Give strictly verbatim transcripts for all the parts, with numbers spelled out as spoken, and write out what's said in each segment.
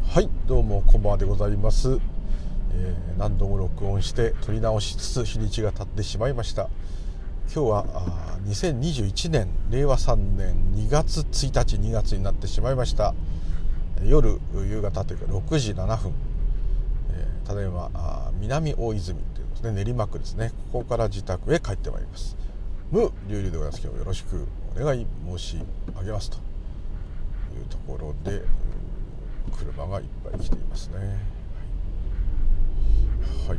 はい、どうもこんばんはでございます、えー、何度も録音して撮り直しつつ日にちが経ってしまいました。今日はにせんにじゅういちねんれいわさんねんにがつついたちにがつになってしまいました。夜夕方というかろくじななふん、えー、ただいま南大泉というですね、練馬区ですね。ここから自宅へ帰ってまいります。無流々でございます。今日よろしくお願い申し上げますというところで、車がいっぱい来ていますね。はい、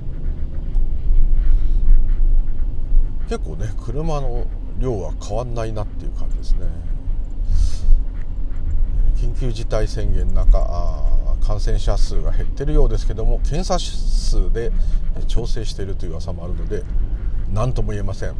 結構ね車の量は変わんないなっていう感じですね。緊急事態宣言の中、感染者数が減ってるようですけども、検査数で調整しているという噂もあるので何とも言えません。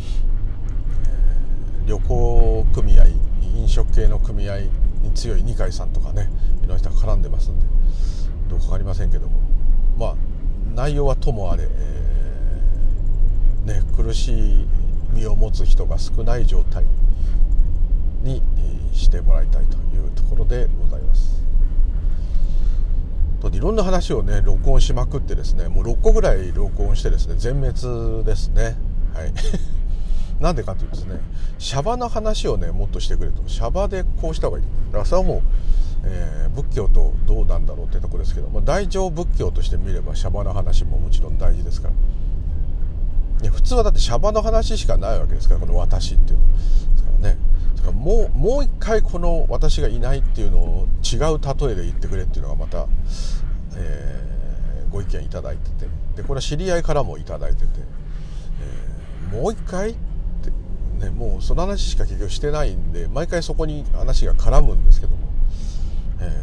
旅行組合、飲食系の組合に強い二階さんとかね、いろんな人が絡んでますんでどうか分かりませんけども、まあ内容はともあれ、えーね、苦しい身を持つ人が少ない状態にしてもらいたいというところでございます。といろんな話をね録音しまくってですね、もうろっこぐらい録音してですね全滅ですね。はいなんでかというとですね、シャバの話をねもっとしてくれと、シャバでこうした方がいい。だからそれはもう、えー、仏教とどうなんだろうってところですけど、まあ、大乗仏教として見ればシャバの話ももちろん大事ですから、いや普通はだってシャバの話しかないわけですから、この私っていうのですからね。だからもうもう一回この私がいないっていうのを違う例えで言ってくれっていうのがまた、えー、ご意見いただいてて、でこれは知り合いからもいただいてて、えー、もう一回ね、もうその話しか結局してないんで毎回そこに話が絡むんですけども、え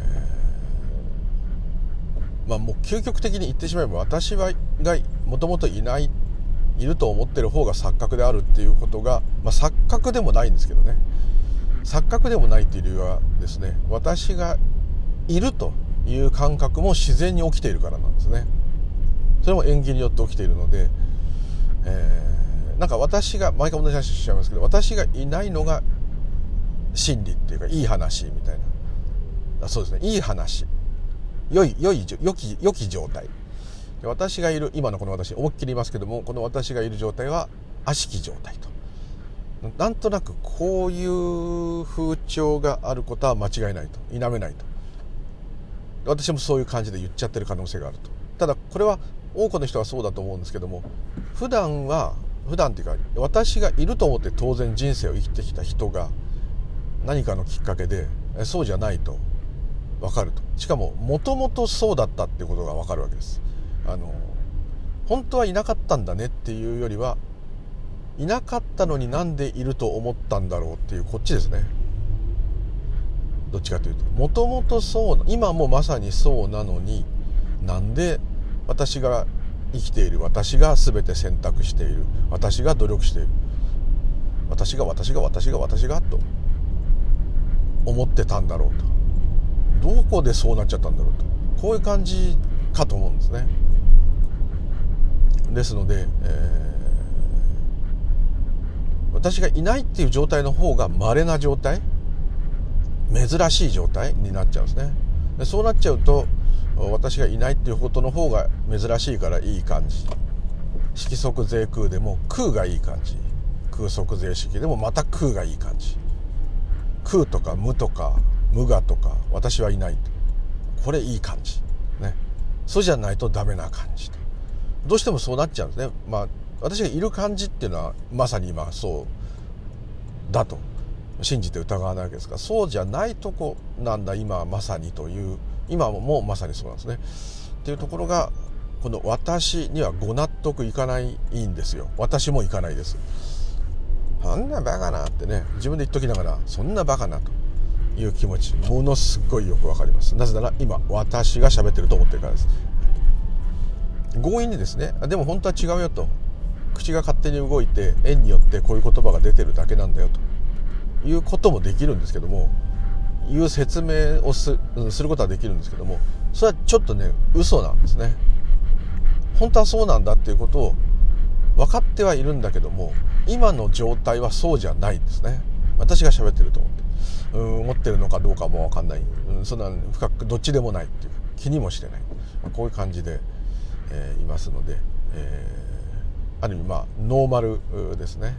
ー、まあもう究極的に言ってしまえば、私はがもともといないいると思ってる方が錯覚であるっていうことが、まあ、錯覚でもないんですけどね、錯覚でもないっていう理由はですね、私がいるという感覚も自然に起きているからなんですね。それも縁起によって起きているので、えーなんか私が毎回同じ話しちゃいますけど、私がいないのが真理っていうかいい話みたいな、そうですね、いい話、良い良い良き良き状態、私がいる今のこの私思いっきり言いますけども、この私がいる状態は悪しき状態と、なんとなくこういう風潮があることは間違いないと、否めないと、私もそういう感じで言っちゃってる可能性があると。ただこれは多くの人はそうだと思うんですけども、普段は普段っていうか私がいると思って当然人生を生きてきた人が何かのきっかけでそうじゃないと分かると、しかももともとそうだったっていうことが分かるわけです。あの本当はいなかったんだねっていうよりは、いなかったのになんでいると思ったんだろうっていう、こっちですね。どっちかというともともとそう、今もまさにそうなのに、なんで私が生きている、私が全て選択している、私が努力している、私が私が私が私がと思ってたんだろうと、どこでそうなっちゃったんだろうと、こういう感じかと思うんですね。ですので、えー、私がいないっていう状態の方が稀な状態、珍しい状態になっちゃうんですね。でそうなっちゃうと、私がいないっていうことの方が珍しいからいい感じ、色即是空でも空がいい感じ、空即是色でもまた空がいい感じ、空とか無とか無我とか私はいない、これいい感じね。そうじゃないとダメな感じと、どうしてもそうなっちゃうんですね。まあ私がいる感じっていうのはまさに今そうだと信じて疑わないわけですが、そうじゃないとこなんだ今まさにという、今もまさにそうなんですねっていうところが、この私にはご納得いかないんですよ。私もいかないです。そんなバカなってね、自分で言っときながら、そんなバカなという気持ちものすごいよくわかります。なぜなら今私が喋ってると思ってるからです。強引にですね、でも本当は違うよと、口が勝手に動いて縁によってこういう言葉が出てるだけなんだよということもできるんですけども、いう説明を す, することはできるんですけども、それはちょっとね嘘なんですね。本当はそうなんだっていうことを分かってはいるんだけども、今の状態はそうじゃないんですね。私が喋ってると思ってうん思ってるのかどうかも分かんない、うん、そんな深くどっちでもないっていうか、 気にもしてない、まあ、こういう感じで、えー、いますので、えー、ある意味まあノーマルですね。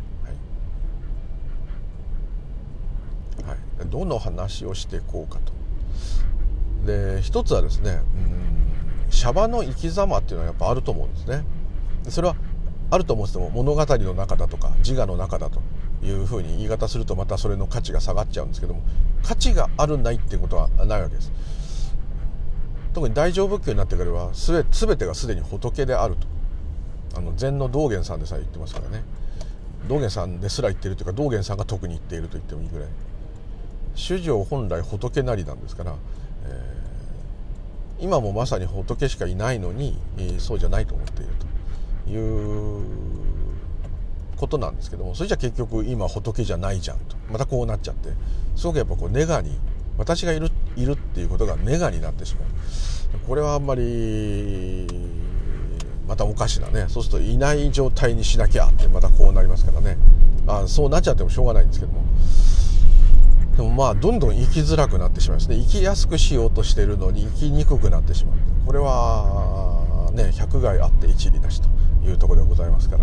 はいはい、どの話をしていこうかと。で一つはですね、うん、シャバの生き様っていうのはやっぱあると思うんですね。でそれはあると思ってても物語の中だとか自我の中だというふうに言い方するとまたそれの価値が下がっちゃうんですけども、価値があるないっていうことはないわけです。特に大乗仏教になってからはすべ全てがすでに仏であると、あの禅の道元さんでさえ言ってますからね。道元さんですら言っているというか、道元さんが特に言っていると言ってもいいぐらい、主情本来仏なりなんですから、えー、今もまさに仏しかいないのに、えー、そうじゃないと思っているということなんですけども、それじゃ結局今仏じゃないじゃんとまたこうなっちゃって、すごくやっぱこうネガに、私がいるいるっていうことがネガになってしまう。これはあんまりまたおかしなね。そうするといない状態にしなきゃってまたこうなりますからね。まあそうなっちゃってもしょうがないんですけども、でもまあどんどん生きづらくなってしまいますね。生きやすくしようとしているのに生きにくくなってしまう。これはね、百害あって一利なしというところでございますから、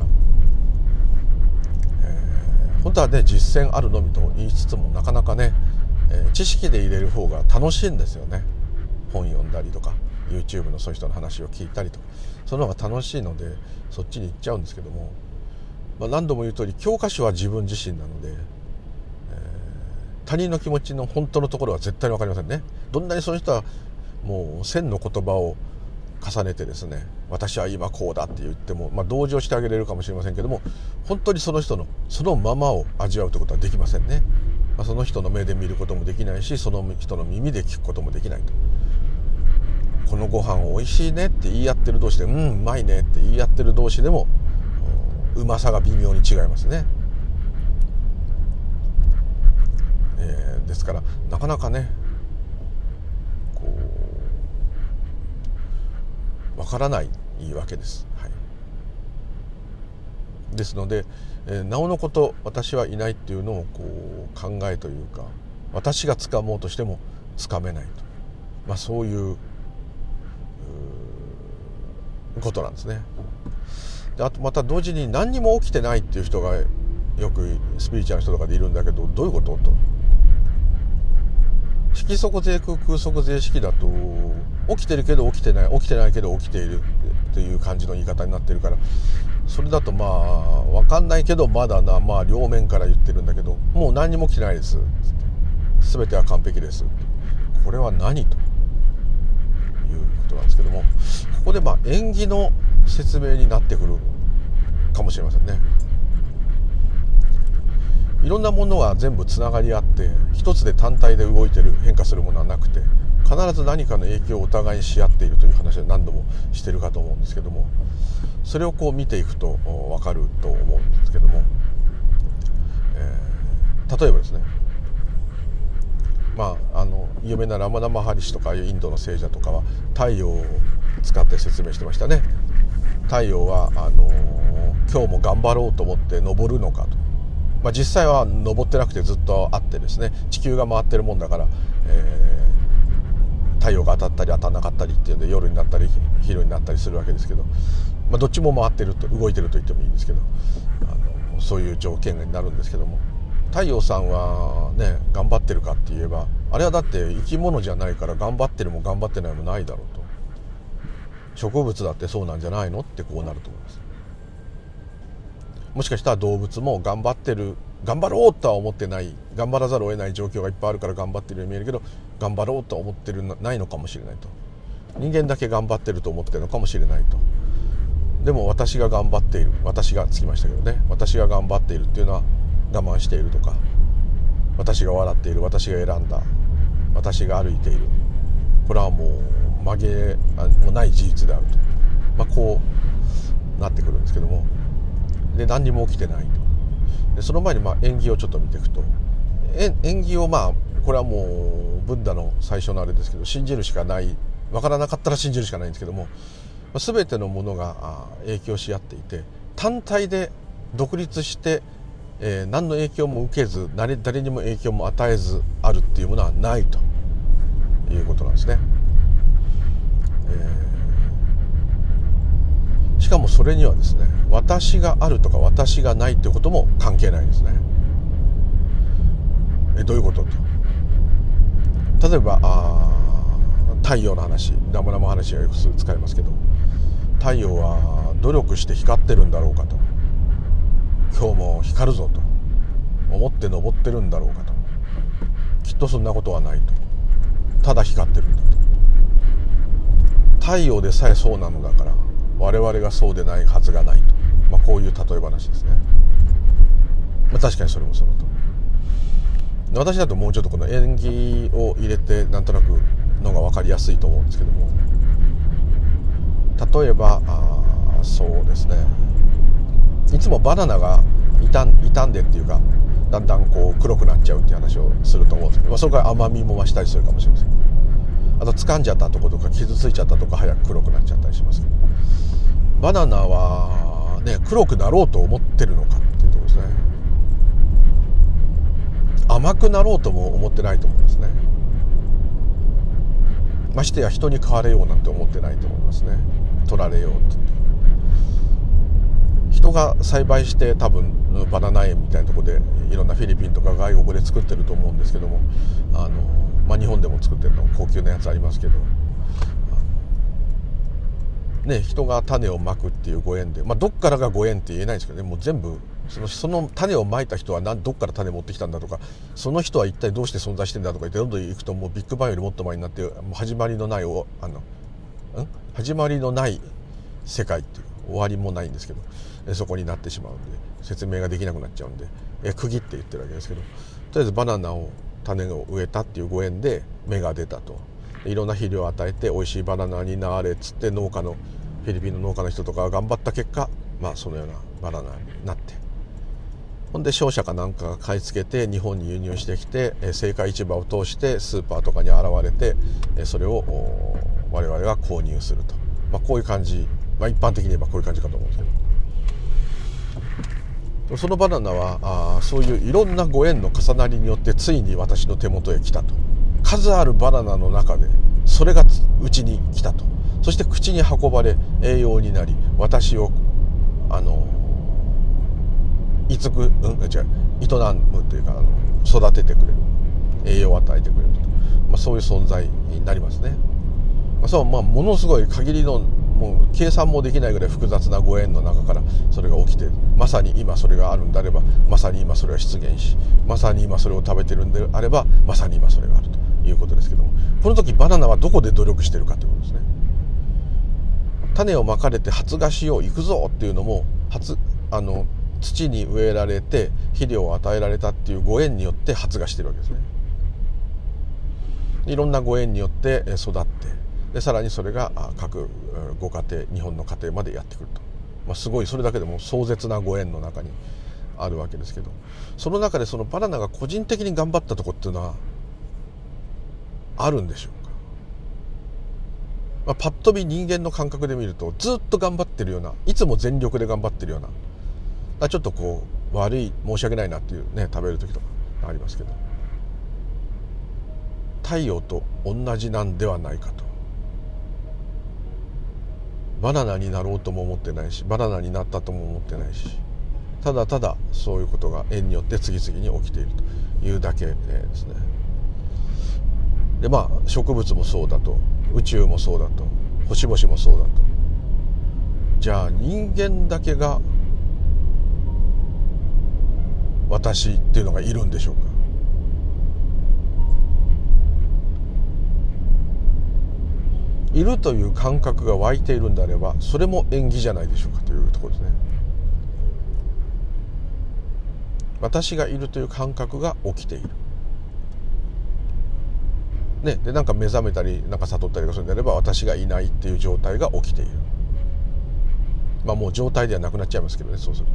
えー、本当はね実践あるのみと言いつつもなかなかね、えー、知識で入れる方が楽しいんですよね。本読んだりとか YouTube のそういう人の話を聞いたりとか、その方が楽しいのでそっちに行っちゃうんですけども、まあ、何度も言う通り教科書は自分自身なので、えー、他人の気持ちの本当のところは絶対に分かりませんね。どんなにその人はもう千の言葉を重ねてですね、私は今こうだって言っても、まあ、同情してあげれるかもしれませんけども、本当にその人のそのままを味わうということはできませんね。まあ、その人の目で見ることもできないし、その人の耳で聞くこともできないと。このご飯美味しいねって言い合ってる同士で、うんうまいねって言い合ってる同士でもうまさが微妙に違いますね。えー、ですからなかなかねこうわからないわけです。はい、ですので、えー、なおのこと私はいないっていうのをこう考えというか、私が掴もうとしても掴めないと、まあ、そういうことなんですね。であとまた同時に何にも起きてないっていう人がよくスピリチュアルの人とかでいるんだけど、どういうことと。色即税空空即税式だと起きてるけど起きてない、起きてないけど起きているっていう感じの言い方になってるから、それだとまあ分かんないけどまだな、まあ両面から言ってるんだけど、もう何にも起きてないです、全ては完璧です、これは何ということなんですけども、ここでまあ縁起の説明になってくるかもしれませんね。いろんなものが全部つながり合って一つで単体で動いてる、変化するものはなくて、必ず何かの影響をお互いにし合っているという話は何度もしてるかと思うんですけども、それをこう見ていくと分かると思うんですけども、えー、例えばですね、まあ、あの有名なラマダ・マハリシとかインドの聖者とかは太陽を使って説明してましたね。太陽はあの今日も頑張ろうと思って昇るのかと、まあ、実際は昇ってなくてずっとあってですね、地球が回ってるもんだから、えー、太陽が当たったり当たらなかったりっていうんで夜になったり昼になったりするわけですけど、まあ、どっちも回ってると動いてると言ってもいいんですけど、あのそういう条件になるんですけども、太陽さんはね頑張ってるかって言えば、あれはだって生き物じゃないから頑張ってるも頑張ってないもないだろうと。植物だってそうなんじゃないのってこうなると思います。もしかしたら動物も頑張ってる、頑張ろうとは思ってない、頑張らざるを得ない状況がいっぱいあるから頑張ってるように見えるけど、頑張ろうとは思ってるないのかもしれないと。人間だけ頑張ってると思ってるのかもしれないと。でも私が頑張っている、私がつきましたけどね、私が頑張っているっていうのは我慢しているとか、私が笑っている、私が選んだ、私が歩いている、これはもう曲げもない事実であると、まあ、こうなってくるんですけども、で何にも起きてないと。でその前にまあ縁起をちょっと見ていくと、縁起をまあこれはもうブッダの最初のあれですけど、信じるしかない、分からなかったら信じるしかないんですけども、全てのものが影響し合っていて、単体で独立して、えー、何の影響も受けず、誰、誰にも影響も与えずあるっていうものはないということなんですね。 れにはですね、私があるとか私がないということも関係ないんですね。えどういうことと、例えばあ太陽の話、生々話がよく使いますけど、太陽は努力して光ってるんだろうかと、今日も光るぞと思って昇ってるんだろうかと、きっとそんなことはないと、ただ光ってるんだと。太陽でさえそうなのだから我々がそうでないはずがないと、まあ、こういう例え話ですね。まあ、確かにそれもそのと。私だともうちょっとこの縁起を入れてなんとなくのが分かりやすいと思うんですけども、例えばあそうですね、いつもバナナが傷ん、傷んでっていうかだんだんこう黒くなっちゃうっていう話をすると思うんですけど、まあ、それから甘みも増したりするかもしれません。あと掴んじゃったとことか傷ついちゃったとか早く黒くなっちゃったりしますけど、バナナはね黒くなろうと思ってるのかっていうところですね。甘くなろうとも思ってないと思いますね。ましてや人に買われようなんて思ってないと思いますね。取られようって人が栽培して多分バナナ園みたいなところでいろんなフィリピンとか外国で作ってると思うんですけども、あの、まあ、日本でも作ってるの高級なやつありますけど、ね、人が種をまくっていうご縁で、まあ、どっからがご縁って言えないんですけどね、もう全部その、その種をまいた人は何どっから種持ってきたんだとか、その人は一体どうして存在してんだとか言ってどんどんいくと、もうビッグバンよりもっと前になって、もう始まりのないおあのん始まりのない世界っていう終わりもないんですけど、そこになってしまうんで説明ができなくなっちゃうんでえ区切って言ってるわけですけど、とりあえずバナナを種を植えたっていうご縁で芽が出たと、いろんな肥料を与えて美味しいバナナになれっつって農家のフィリピンの農家の人とかが頑張った結果、まあそのようなバナナになって、ほんで商社かなんかが買い付けて日本に輸入してきて青果市場を通してスーパーとかに現れてそれを我々が購入すると、まあ、こういう感じ、まあ、一般的に言えばこういう感じかと思うんですけど、そのバナナはあそういういろんなご縁の重なりによってついに私の手元へ来たと。数あるバナナの中でそれがうちに来たと。そして口に運ばれ栄養になり、私をあのいつく、うん、違う営むというかあの育ててくれる、栄養を与えてくれると、まあ、そういう存在になりますね。まあ、そうまあものすごい限りのもう計算もできないぐらい複雑なご縁の中からそれが起きて、まさに今それがあるんであればまさに今それは出現し、まさに今それを食べてるんであればまさに今それがあるということですけども、この時バナナはどこで努力してるかということですね。種をまかれて発芽しよう行くぞっていうのも発あの土に植えられて肥料を与えられたっていうご縁によって発芽してるわけですね。いろんなご縁によって育って、でさらにそれが各ご家庭、日本の家庭までやってくると、まあ、すごいそれだけでも壮絶なご縁の中にあるわけですけど、その中でそのバナナが個人的に頑張ったところっていうのはあるんでしょうか。まあ、パッと見人間の感覚で見るとずっと頑張ってるような、いつも全力で頑張ってるような、ちょっとこう悪い申し訳ないなっていうね、食べる時とかありますけど、太陽と同じなんではないかと。バナナになろうとも思ってないし、バナナになったとも思ってないし、ただただそういうことが縁によって次々に起きているというだけですね。でまあ植物もそうだと、宇宙もそうだと、星々もそうだと。じゃあ人間だけが私っていうのがいるんでしょうか。いるという感覚が湧いているんであれば、それも縁起じゃないでしょうかというところですね。私がいるという感覚が起きている、ね、でなんか目覚めたりなんか悟ったりするんであれば、私がいないっていう状態が起きている。まあもう状態ではなくなっちゃいますけどね、そうすると。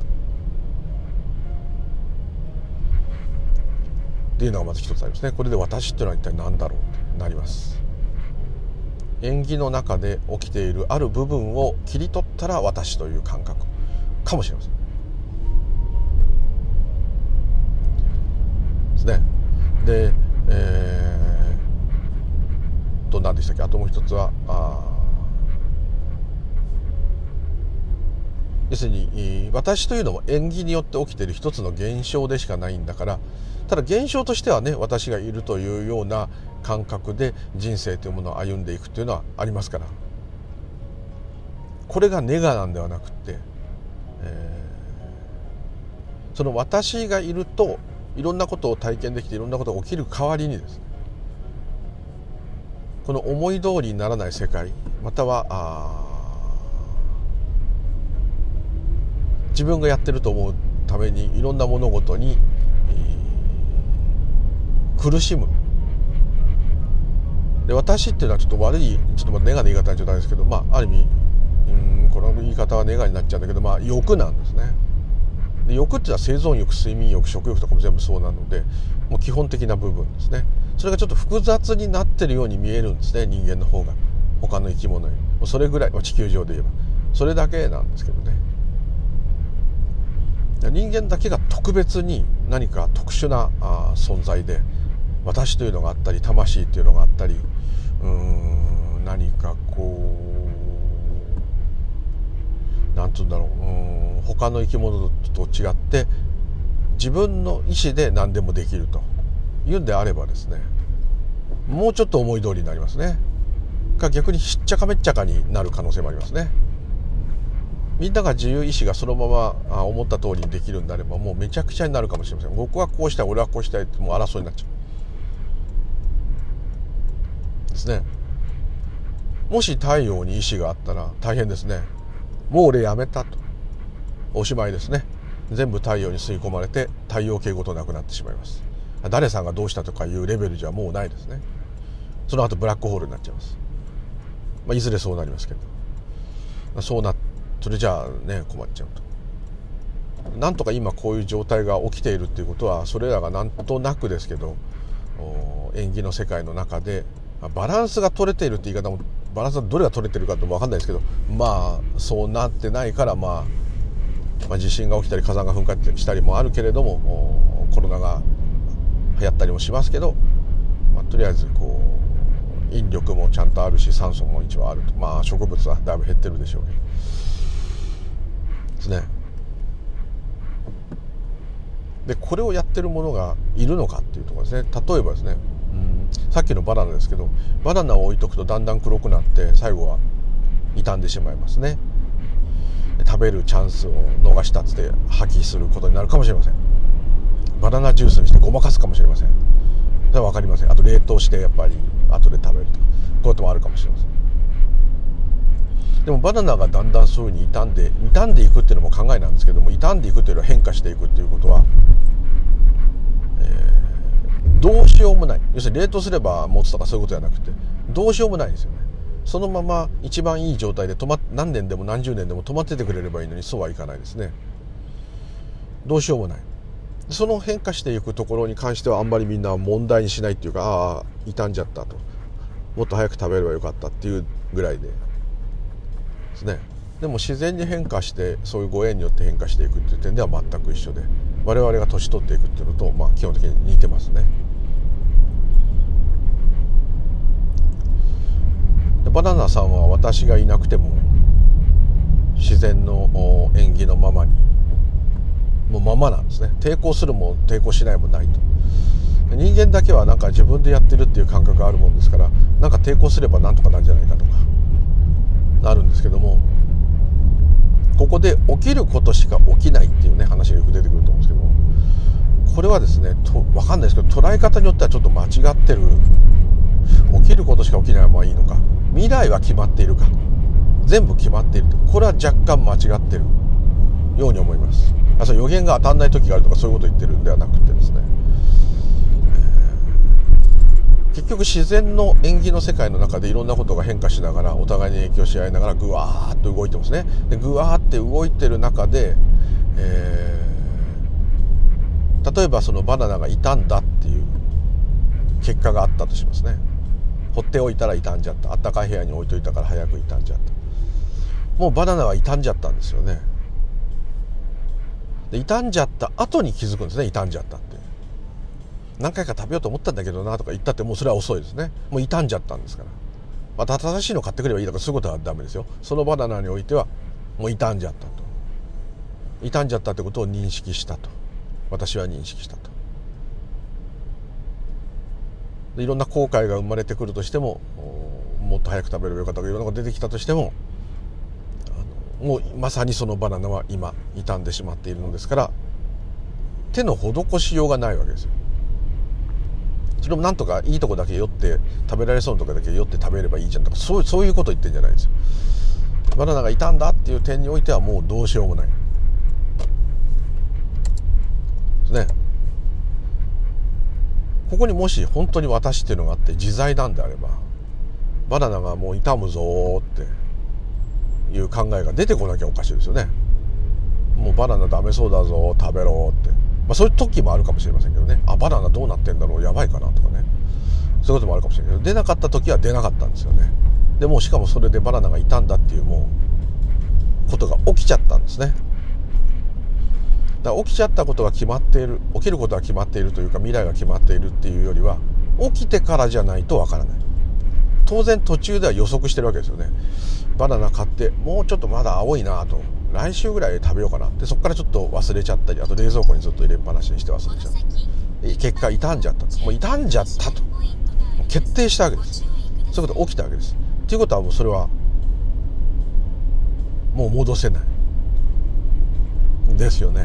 っていうのがまず一つありますね。これで私っていうのは一体何だろうってなります。縁起の中で起きているある部分を切り取ったら私という感覚かもしれませんですね。で、えー、と何でしたっけ。あともう一つはあ要するに私というのも縁起によって起きている一つの現象でしかないんだから、ただ現象としてはね、私がいるというような感覚で人生というものを歩んでいくというのはありますから、これがネガなんではなくて、えー、その私がいるといろんなことを体験できていろんなことが起きる代わりにですね、この思い通りにならない世界、またはあ自分がやってると思うためにいろんな物事に、えー、苦しむ。で、私っていうのはちょっと悪い、ちょっとネガの言い方にちょっとないですけど、まあある意味、うんこの言い方はネガになっちゃうんだけど、まあ欲なんですね。で、欲っていうのは生存欲、睡眠欲、食欲とかも全部そうなので、もう基本的な部分ですね。それがちょっと複雑になってるように見えるんですね、人間の方が他の生き物より。それぐらい、地球上で言えばそれだけなんですけどね。人間だけが特別に何か特殊なあ存在で、私というのがあったり魂というのがあったり、うーん何かこうなんていうんだろう、うーん他の生き物と違って自分の意思で何でもできるというんであればですね、もうちょっと思い通りになりますね。か逆にしっちゃかめっちゃかになる可能性もありますね。みんなが自由意志がそのまま思った通りにできるんであれば、もうめちゃくちゃになるかもしれません。僕はこうしたい、俺はこうしたいってもう争いになっちゃうですね。もし太陽に意志があったら大変ですね。もう俺やめたと、おしまいですね。全部太陽に吸い込まれて太陽系ごとなくなってしまいます。誰さんがどうしたとかいうレベルじゃもうないですね。その後ブラックホールになっちゃいます。まあ、いずれそうなりますけど、そうなそれじゃあね困っちゃうと。なんとか今こういう状態が起きているっていうことは、それらがなんとなくですけど縁起の世界の中でバランスが取れているって言い方も、バランスはどれが取れてるかっても分かんないですけど、まあそうなってないから、まあ、まあ地震が起きたり火山が噴火したりもあるけれども、コロナが流行ったりもしますけど、まあ、とりあえずこう引力もちゃんとあるし酸素も一応あると。まあ植物はだいぶ減ってるでしょうけどですね。でこれをやってるものがいるのかっていうところですね。例えばですね、うんさっきのバナナですけど、バナナを置いとくとだんだん黒くなって最後は傷んでしまいますね。食べるチャンスを逃したっつって破棄することになるかもしれません。バナナジュースにしてごまかすかもしれません。それは分かりません。あと冷凍してやっぱり後で食べるとか、こういうこともあるかもしれません。でもバナナがだんだんそういうふうに傷んで傷んでいくっていうのも考えなんですけども、傷んでいくというのは変化していくっていうことは、えー、どうしようもない。要するに冷凍すれば持つとかそういうことじゃなくて、どうしようもないですよね。そのまま一番いい状態で止ま何年でも何十年でも止まっててくれればいいのに、そうはいかないですね。どうしようもない。その変化していくところに関してはあんまりみんな問題にしないっていうか、ああ傷んじゃったと、もっと早く食べればよかったっていうぐらいでですね。でも自然に変化して、そういうご縁によって変化していくっていう点では全く一緒で、我々が年取っていくっていうのと、まあ、基本的に似てますね。でバナナさんは私がいなくても自然の縁起のままにもうままなんですね。抵抗するも抵抗しないもないと。人間だけはなんか自分でやってるっていう感覚があるもんですから、なんか抵抗すればなんとかなんじゃないかとかなるんですけども、ここで起きることしか起きないっていうね話がよく出てくると思うんですけども、これはですねと分かんないですけど、捉え方によってはちょっと間違ってる。起きることしか起きないままいいのか、未来は決まっているか、全部決まっている、これは若干間違ってるように思います。あ、それ予言が当たんない時があるとかそういうことを言ってるんではなくてですね、えー、結局自然の縁起の世界の中でいろんなことが変化しながら、お互いに影響し合いながらぐわーっと動いてますね。でぐわーって動いてる中で、えー、例えばそのバナナが傷んだっていう結果があったとしますね。放っておいたら傷んじゃった。あったかい部屋に置いといたから早く傷んじゃった。もうバナナは傷んじゃったんですよね。で傷んじゃった後に気づくんですね。傷んじゃったって。何回か食べようと思ったんだけどなとか言ったって、もうそれは遅いですね。もう傷んじゃったんですから。また正しいの買ってくればいいとかそういうことはダメですよ。そのバナナにおいてはもう傷んじゃったと。 傷んじゃったってことを認識したと、私は認識したと。でいろんな後悔が生まれてくるとしても、もっと早く食べればよかったとかいろんなことが出てきたとしても、あのもうまさにそのバナナは今傷んでしまっているのですから、手の施しようがないわけですよ。それもなんとかいいとこだけ寄って食べられそうなとこだけ寄って食べればいいじゃんとか、そう、そういうこと言ってんじゃないですよ。バナナが傷んだっていう点においてはもうどうしようもないですね。ここにもし本当に私っていうのがあって自在なんであれば、バナナがもう傷むぞーっていう考えが出てこなきゃおかしいですよね。もうバナナダメそうだぞ食べろって、まあ、そういう時もあるかもしれませんけどね。あ、バナナどうなってんだろう、やばいかなとかね、そういうこともあるかもしれないけど、出なかった時は出なかったんですよね。でもしかもそれでバナナが傷んだっていうもうことが起きちゃったんですね。だから起きちゃったことが決まっている、起きることが決まっているというか、未来が決まっているっていうよりは、起きてからじゃないとわからない。当然途中では予測してるわけですよね。バナナ買ってもうちょっとまだ青いなと、来週ぐらい食べようかなって、そこからちょっと忘れちゃったり、あと冷蔵庫にずっと入れっぱなしにして忘れちゃった、結果傷んじゃったと、もう傷んじゃったと決定したわけです。そういうことが起きたわけです。ということはもうそれはもう戻せないですよね。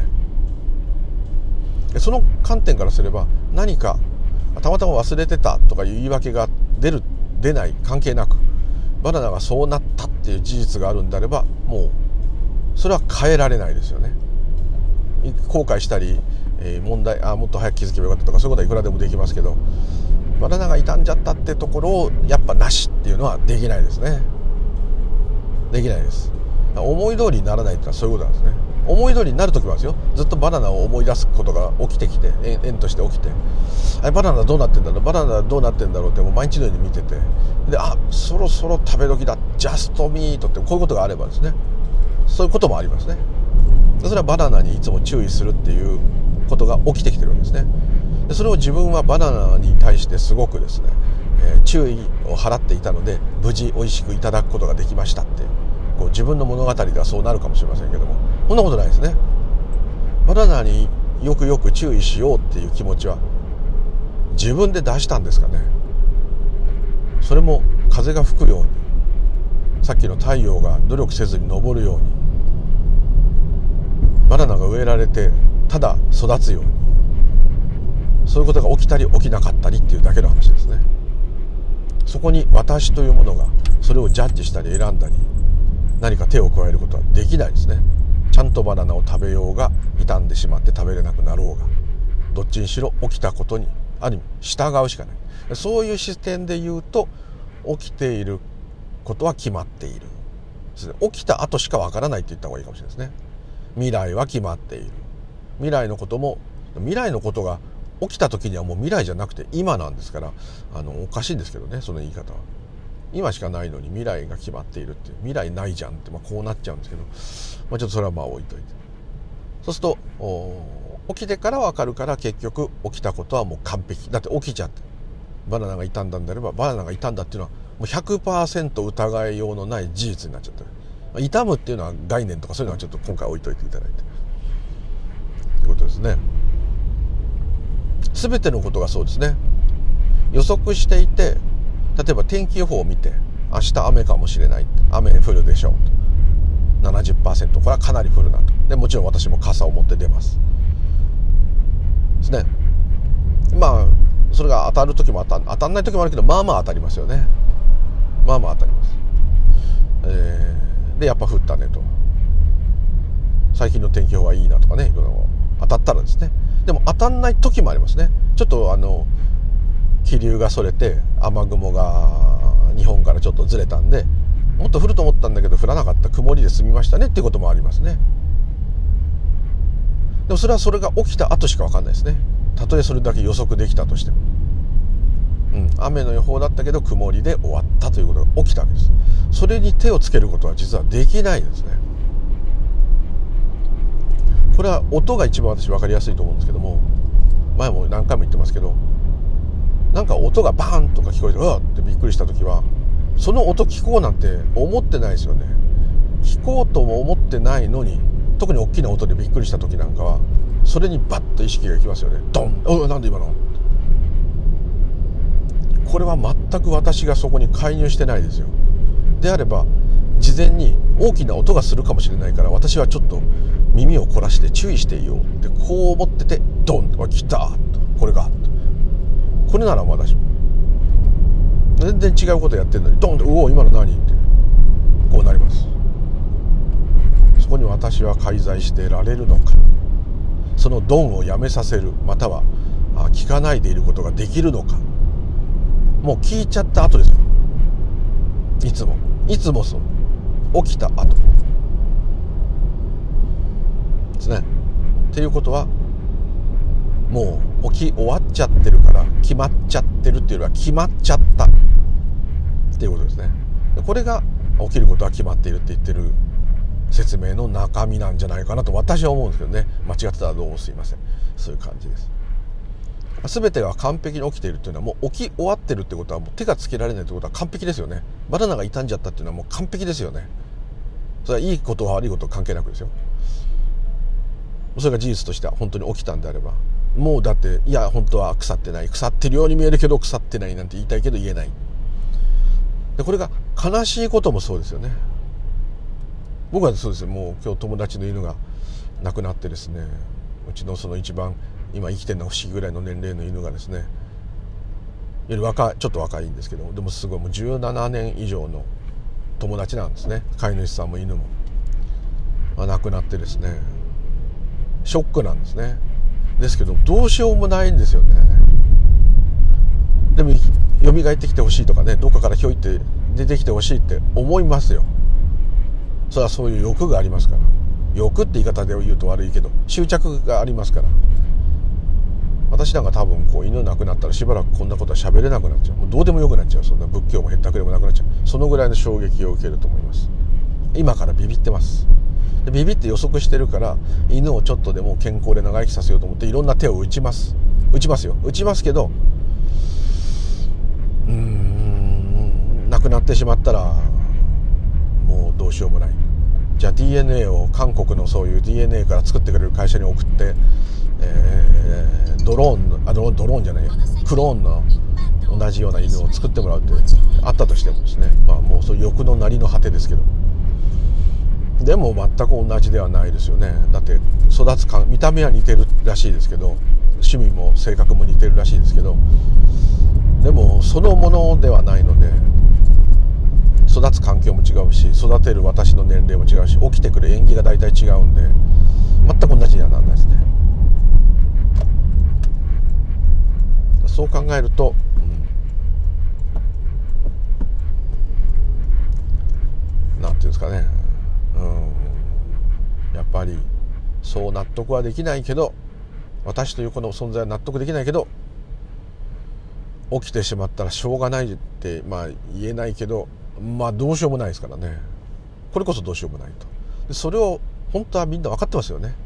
その観点からすれば、何かたまたま忘れてたとかいう言い訳が出る出ない関係なく、バナナがそうなったっていう事実があるんであれば、もうそれは変えられないですよね。後悔したり、えー、問題あもっと早く気づけばよかったとか、そういうことはいくらでもできますけど、バナナが傷んじゃったってところをやっぱなしっていうのはできないですね。できないです。思い通りにならないってのはそういうことなんですね。思い通りになる時もあるんですよ。ずっとバナナを思い出すことが起きてきて、縁として起きて、あれバナナどうなってんだろう、バナナどうなってんだろうってもう毎日のように見てて、で、あ、そろそろ食べ時だ、ジャストミートってこういうことがあればですね、そういうこともありますね。それはバナナにいつも注意するっていうことが起きてきてるわけですね。でそれを自分はバナナに対してすごくですね、えー、注意を払っていたので、無事美味しくいただくことができましたって、こう自分の物語ではそうなるかもしれませんけども、そんなことないですね。バナナによくよく注意しようっていう気持ちは自分で出したんですかね。それも風が吹くように、さっきの太陽が努力せずに昇るように、バナナが植えられてただ育つように、そういうことが起きたり起きなかったりっていうだけの話ですね。そこに私というものがそれをジャッジしたり選んだり何か手を加えることはできないですね。ちゃんとバナナを食べようが、傷んでしまって食べれなくなろうが、どっちにしろ起きたことにある意味従うしかない。そういう視点で言うと、起きていることは決まっている。起きた後しかわからないって言った方がいいかもしれないですね。未来は決まっている。未来のことも、未来のことが起きた時にはもう未来じゃなくて今なんですから、あのおかしいんですけどね、その言い方は。今しかないのに未来が決まっているって、未来ないじゃんって、まあ、こうなっちゃうんですけど、まあ、ちょっとそれはまあ置いといて、そうすると起きてから分かるから、結局起きたことはもう完璧だって、起きちゃって、バナナが傷んだんであれば、バナナが傷んだっていうのはもう ひゃくパーセント 疑いようのない事実になっちゃってる。傷むっていうのは概念とかそういうのはちょっと今回置いといていただいてということですね。全てのことがそうですね。予測していて、例えば天気予報を見て、明日雨かもしれない、雨降るでしょうと ななじゅっパーセント、 これはかなり降るなと。でもちろん私も傘を持って出ますですね。まあそれが当たる時も当た当たんない時もあるけど、まあまあ当たりますよね。まあまあ当たります。えー、でやっぱ降ったねと、最近の天気予報はいいなとかね、いろいろ当たったらですね。でも当たんない時もありますね。ちょっとあの気流がそれて、雨雲が日本からちょっとずれたんで、もっと降ると思ったんだけど降らなかった、曇りで済みましたねっていうこともありますね。でもそれはそれが起きた後しか分かんないですね。たとえそれだけ予測できたとしても、うん、雨の予報だったけど曇りで終わったということが起きたわけです。それに手をつけることは実はできないですね。これは音が一番私分かりやすいと思うんですけども、前も何回も言ってますけど、なんか音がバーンとか聞こえて、うわってびっくりした時は、その音聞こうなんて思ってないですよね。聞こうとも思ってないのに特に大きな音でびっくりした時なんかはそれにバッと意識がいきますよね。ドン、お、なんで今の。これは全く私がそこに介入してないですよ。であれば事前に大きな音がするかもしれないから私はちょっと耳を凝らして注意していようってこう思ってて、ドンと来たと、これがこれならまだしも全然違うことやってるのにドンと、うお今の何ってこうなります。そこに私は介在してられるのか、そのドンをやめさせる、または聞かないでいることができるのか。もう聞いちゃった後ですよ。いつもいつもそう起きた後ですね。っていうことはもう起き終わっちゃってるから、決まっちゃってるっていうよりは決まっちゃったっていうことですね。これが起きることは決まっているって言ってる説明の中身なんじゃないかなと私は思うんですけどね。間違ってたらどうもすいません。そういう感じです。全てが完璧に起きているというのはもう起き終わってるってことはもう手がつけられないってことは完璧ですよね。バナナが傷んじゃったっていうのはもう完璧ですよね。それはいいことは悪いことは関係なくですよ。それが事実としては本当に起きたんであれば、もうだっていや本当は腐ってない、腐ってるように見えるけど腐ってないなんて言いたいけど言えない。でこれが悲しいこともそうですよね。僕はそうですよ。もう今日友達の犬が亡くなってですね、うちのその一番今生きてるのが不思議ぐらいの年齢の犬がですね、より若い、ちょっと若いんですけど、でもすごいもうじゅうななねん以上の友達なんですね。飼い主さんも犬も、まあ、亡くなってですね、ショックなんですね。ですけどどうしようもないんですよね。でも蘇ってきてほしいとかね、どっかからひょいって出てきてほしいって思いますよ。それはそういう欲がありますから。欲って言い方で言うと悪いけど執着がありますから。私なんか多分こう犬亡くなったらしばらくこんなことは喋れなくなっちゃう。もうどうでもよくなっちゃう。そんな仏教もへったくれもなくなっちゃう。そのぐらいの衝撃を受けると思います。今からビビってます。でビビって予測してるから、犬をちょっとでも健康で長生きさせようと思っていろんな手を打ちます打ちますよ打ちますけど、うーん亡くなってしまったらもうどうしようもない。じゃあ ディーエヌエー を韓国のそういう ディーエヌエー から作ってくれる会社に送って、えー、ドローンのあドロドローンじゃないクローンの同じような犬を作ってもらうってあったとしてもですね、まあもうそういう欲のなりの果てですけど、でも全く同じではないですよね。だって育つか見た目は似てるらしいですけど、趣味も性格も似てるらしいですけど、でもそのものではないので、育つ環境も違うし、育てる私の年齢も違うし、起きてくる縁起が大体違うんで全く同じにはならないですね。そう考えると、うん、なんていうんですかね、うん、やっぱりそう納得はできないけど、私というこの存在は納得できないけど、起きてしまったらしょうがないってまあ言えないけど、まあどうしようもないですからね。これこそどうしようもないと。でそれを本当はみんな分かってますよね。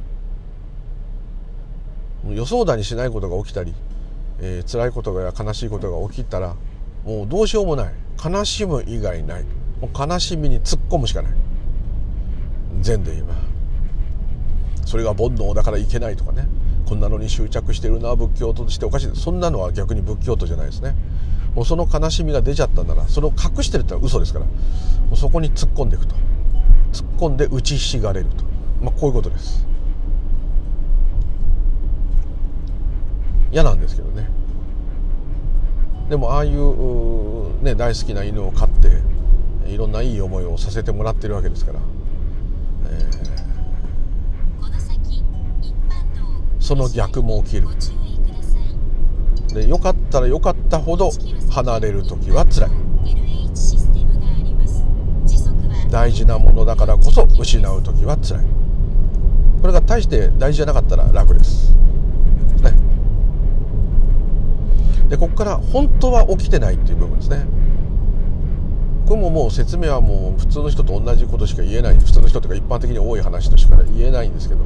予想だにしないことが起きたり、えー、辛いことが悲しいことが起きたらもうどうしようもない。悲しむ以外ない。もう悲しみに突っ込むしかない。禅で言えばそれが煩悩だからいけないとかね、こんなのに執着しているのは仏教徒としておかしい。そんなのは逆に仏教徒じゃないですね。もうその悲しみが出ちゃったなら、それを隠してるってのは嘘ですから、もうそこに突っ込んでいくと、突っ込んで打ちひしがれると、まあこういうことです。嫌なんですけどね。でもああいうね大好きな犬を飼っていろんないい思いをさせてもらってるわけですから、えー、その逆も起きる。でよかったらよかったほど離れる時は辛い。大事なものだからこそ失う時は辛い。これが大して大事じゃなかったら楽ですね。でここから本当は起きてないっていう部分ですね。これももう説明はもう普通の人と同じことしか言えない。普通の人というか一般的に多い話としか言えないんですけど、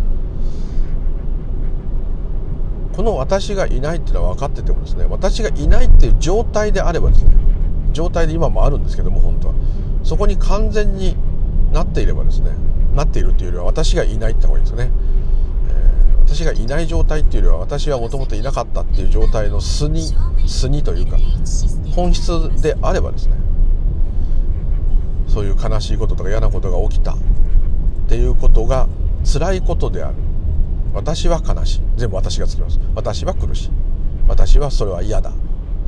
この私がいないっていうのは分かっててもですね、私がいないっていう状態であればですね、状態で今もあるんですけども、本当はそこに完全になっていればですね、 なっているっていうよりは私がいないって方がいいんですよね、えー、私がいない状態っていうよりは私はもともといなかったっていう状態の素に素にというか本質であればですね、そういう悲しいこととか嫌なことが起きたっていうことが辛いことである、私は悲しい、全部私がつきます。私は苦しい、私はそれは嫌だ、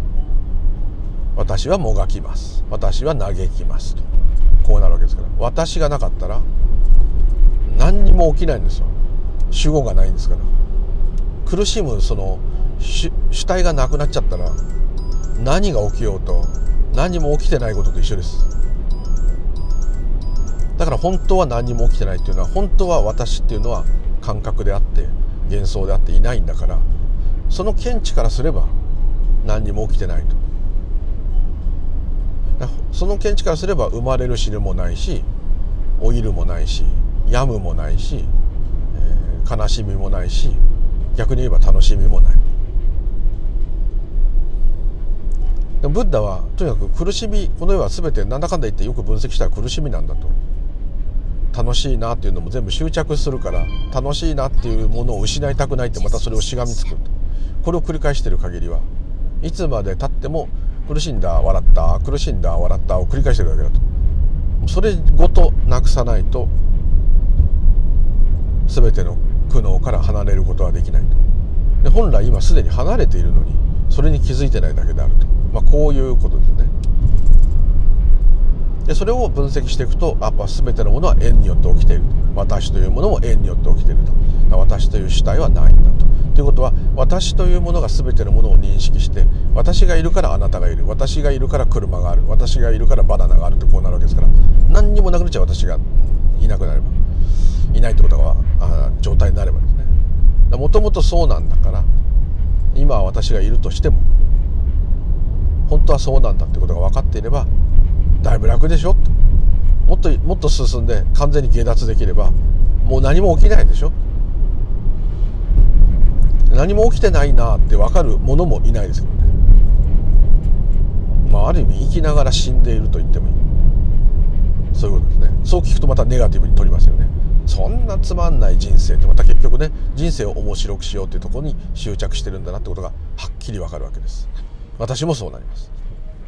私はもがきます、私は嘆きますと、こうなるわけですから、私がなかったら何にも起きないんですよ。主語がないんですから。苦しむその主体がなくなっちゃったら何が起きようと何も起きてないことと一緒です。だから本当は何も起きてないっていうのは、本当は私っていうのは感覚であって幻想であっていないんだから、その見地からすれば何にも起きてないと。その見地からすれば生まれる死ぬもないし、老いるもないし、病むもないし、えー、悲しみもないし、逆に言えば楽しみもない。でもブッダはとにかく苦しみ、この世は全てなんだかんだ言ってよく分析したら苦しみなんだと。楽しいなっていうのも全部執着するから、楽しいなっていうものを失いたくないってまたそれをしがみつく。これを繰り返している限りはいつまで経っても苦しんだ笑った苦しんだ笑ったを繰り返してるだけだと。それごとなくさないと全ての苦悩から離れることはできないと。で本来今すでに離れているのにそれに気づいてないだけであると、まあ、こういうことですね。でそれを分析していくと、やっぱ全てのものは縁によって起きていると。私というものも縁によって起きていると。私という主体はないんだと。ということは私というものが全てのものを認識して、私がいるからあなたがいる、私がいるから車がある、私がいるからバナナがあるってこうなるわけですから、何にもなくなっちゃう私がいなくなれば、いないってことがあ状態になればですね、もともとそうなんだから、今は私がいるとしても本当はそうなんだってことが分かっていればだいぶ楽でしょと。もっともっと進んで完全に下脱できればもう何も起きないでしょ。何も起きてないなって分かるものもいないですけどね。まあある意味生きながら死んでいると言ってもいい、そういうことですね。そう聞くとまたネガティブに取りますよね。そんなつまんない人生ってまた結局ね、人生を面白くしようっていうところに執着してるんだなってことがはっきり分かるわけです。私もそうなります。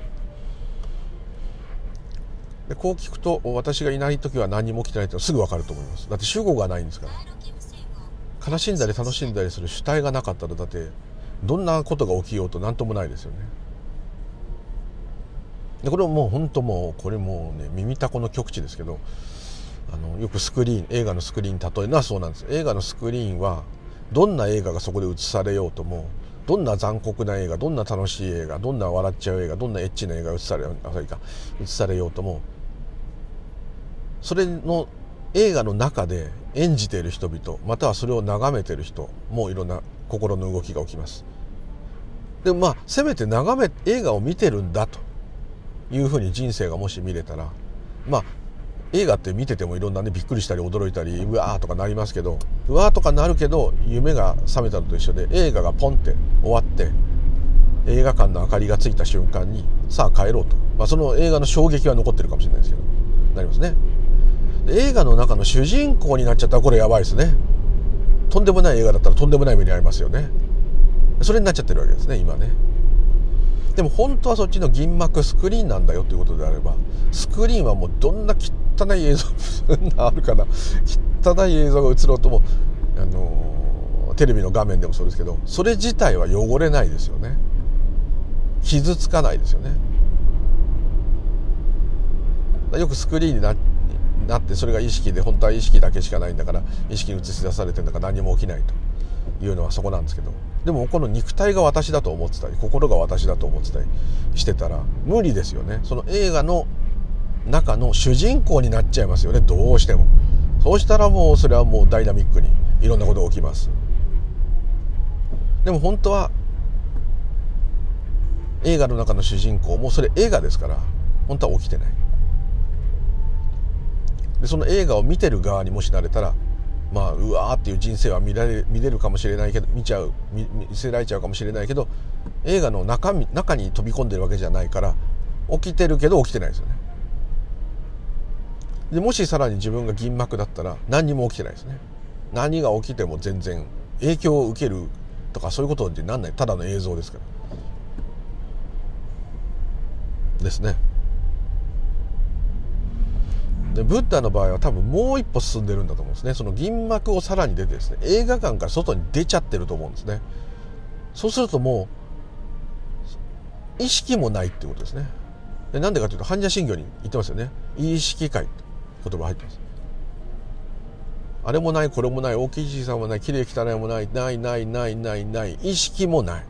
でこう聞くと私がいない時は何も起きてないってすぐ分かると思います。だって主語がないんですから。悲しんだり楽しんだりする主体がなかったら、だってどんなことが起きようと何ともないですよね。でこれももう本当もうこれもうね耳たこの極致ですけど、あのよくスクリーン映画のスクリーンに例えるのはそうなんです。映画のスクリーンはどんな映画がそこで映されようとも、どんな残酷な映画、どんな楽しい映画、どんな笑っちゃう映画、どんなエッチな映画が映され映されようとも、それの映画の中で演じている人々、またはそれを眺めている人もいろんな心の動きが起きます。でもまあせめて眺め映画を見てるんだというふうに人生がもし見れたら、まあ映画って見ててもいろんなねびっくりしたり驚いたりうわーとかなりますけど、うわーとかなるけど夢が覚めたのと一緒で、映画がポンって終わって映画館の明かりがついた瞬間にさあ帰ろうと、まあ、その映画の衝撃は残ってるかもしれないですけどなりますね。映画の中の主人公になっちゃったらこれやばいですね。とんでもない映画だったらとんでもない目に遭いますよね。それになっちゃってるわけですね今ね。でも本当はそっちの銀幕スクリーンなんだよということであれば、スクリーンはもうどんな汚い映像あるかな、汚い映像が映ろうとも、あのテレビの画面でもそうですけど、それ自体は汚れないですよね。傷つかないですよね。よくスクリーンにななってそれが意識で、本当は意識だけしかないんだから意識に映し出されてるんだから何も起きないというのはそこなんですけど、でもこの肉体が私だと思ってたり心が私だと思ってたりしてたら無理ですよね。その映画の中の主人公になっちゃいますよね、どうしても。そうしたらもうそれはもうダイナミックにいろんなことが起きます。でも本当は映画の中の主人公もそれ映画ですから本当は起きてない。でその映画を見てる側にもしなれたら、まあうわーっていう人生は見られ見れるかもしれないけど、見ちゃう 見, 見せられちゃうかもしれないけど、映画の中身中に飛び込んでるわけじゃないから起きてるけど起きてないですよね。 でもしさらに自分が銀幕だったら何にも起きてないですね。何が起きても全然影響を受けるとかそういうことになんない、ただの映像ですからですね。でブッダの場合は多分もう一歩進んでるんだと思うんですね。その銀幕をさらに出てですね、映画館から外に出ちゃってると思うんですね。そうするともう意識もないっていうことですね。でなんでかというと般若心経に言ってますよね。意識界って言葉入ってます。あれもないこれもない大きい小さもない綺麗汚いもないないないないないない意識もない。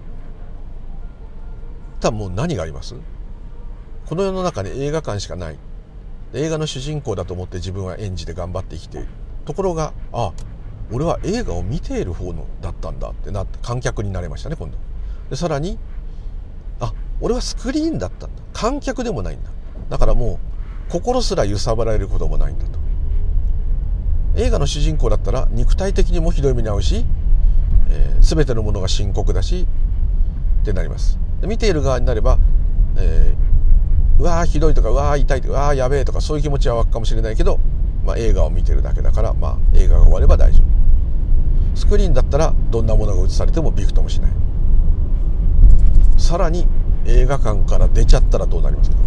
ただもう何があります？この世の中に映画館しかない。映画の主人公だと思って自分は演じて頑張って生きている。ところがあ俺は映画を見ている方のだったんだってなって観客になれましたね今度。でさらにあ俺はスクリーンだったんだ、観客でもないんだ。だからもう心すら揺さぶられることもないんだと。映画の主人公だったら肉体的にもひどい目に遭うし、えー、全てのものが深刻だしってなります。で見ている側になれば、えー、うわーひどいとかうわー痛いとかうわーやべえとかそういう気持ちは湧くかもしれないけど、まあ、映画を見てるだけだから、まあ、映画が終われば大丈夫。スクリーンだったらどんなものが映されてもびくともしない。さらに映画館から出ちゃったらどうなりますか？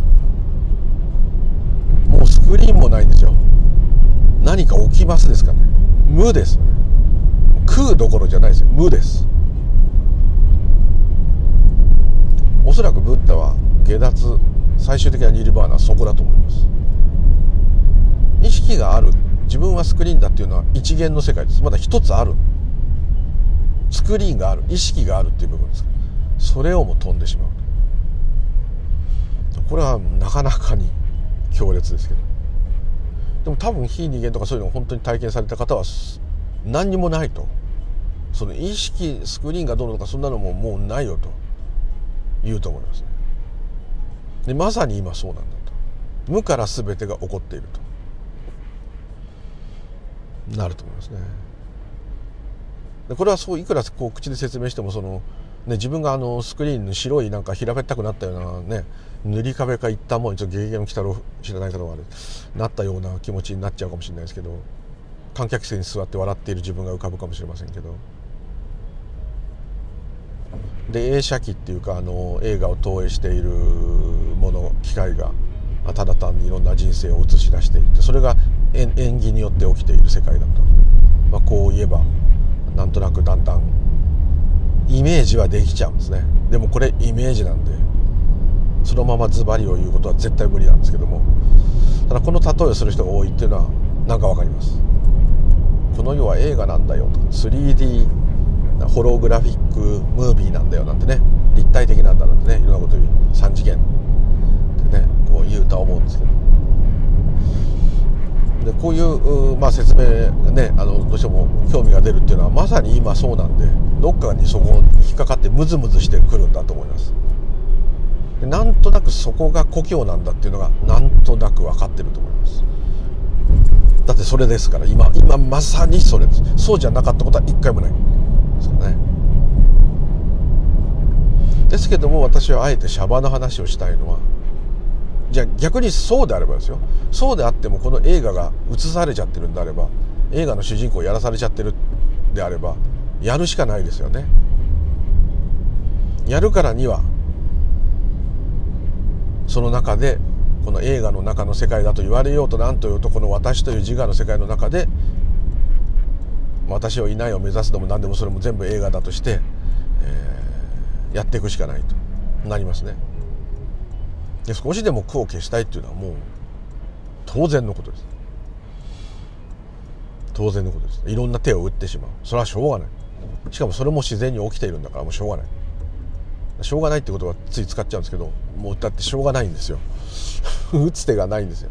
もうスクリーンもないんですよ。何か起きますですかね。無ですよね。空どころじゃないですよ。無です。おそらくブッダは下脱、最終的なニルバーナはそこだと思います。意識がある、自分はスクリーンだっていうのは一元の世界です。まだ一つある、スクリーンがある、意識があるっていう部分です。それをも飛んでしまう。これはなかなかに強烈ですけど、でも多分非人間とかそういうのを本当に体験された方は何にもないと、その意識スクリーンがどうのとかそんなのももうないよと言うと思いますね。でまさに今そうなんだと、無から全てが起こっているとなると思いますね。でこれはそういくらこう口で説明してもその、ね、自分があのスクリーンの白いなんか平べったくなったようなね塗り壁か一旦もう一応ゲゲゲの鬼太郎知らない方がなったような気持ちになっちゃうかもしれないですけど、観客席に座って笑っている自分が浮かぶかもしれませんけど、で映写機っていうかあの映画を投影しているもの機械がただ単にいろんな人生を映し出していて、それが演技によって起きている世界だと、まあ、こう言えばなんとなくだんだんイメージはできちゃうんですね。でもこれイメージなんでそのままズバリを言うことは絶対無理なんですけども、ただこの例えをする人が多いっていうのはなんかわかります。この世は映画なんだよとか スリーディー ホログラフィックムービーなんだよなんてね、立体的なんだなんてね、いろんなこと言うさん次元ってねこう言うとは思うんですけど、でこういう、まあ、説明がねあのどうしても興味が出るっていうのはまさに今そうなんで、どっかにそこに引っかかってムズムズしてくるんだと思います。でなんとなくそこが故郷なんだっていうのがなんとなく分かってると思います。だってそれですから、今今まさにそれです。そうじゃなかったことは一回もないですよね。ですけども私はあえてシャバの話をしたいのは、じゃあ逆にそうであればですよ、そうであってもこの映画が映されちゃってるんであれば、映画の主人公をやらされちゃってるであればやるしかないですよね。やるからにはその中でこの映画の中の世界だと言われようと何と言うと、この私という自我の世界の中で私をいないを目指すのも何でもそれも全部映画だとして、えー、やっていくしかないとなりますね。で少しでも苦を消したいっていうのはもう当然のことです。当然のことです。いろんな手を打ってしまう、それはしょうがない。しかもそれも自然に起きているんだからもうしょうがない。しょうがないってことはつい使っちゃうんですけど、もうだってしょうがないんですよ打つ手がないんですよ。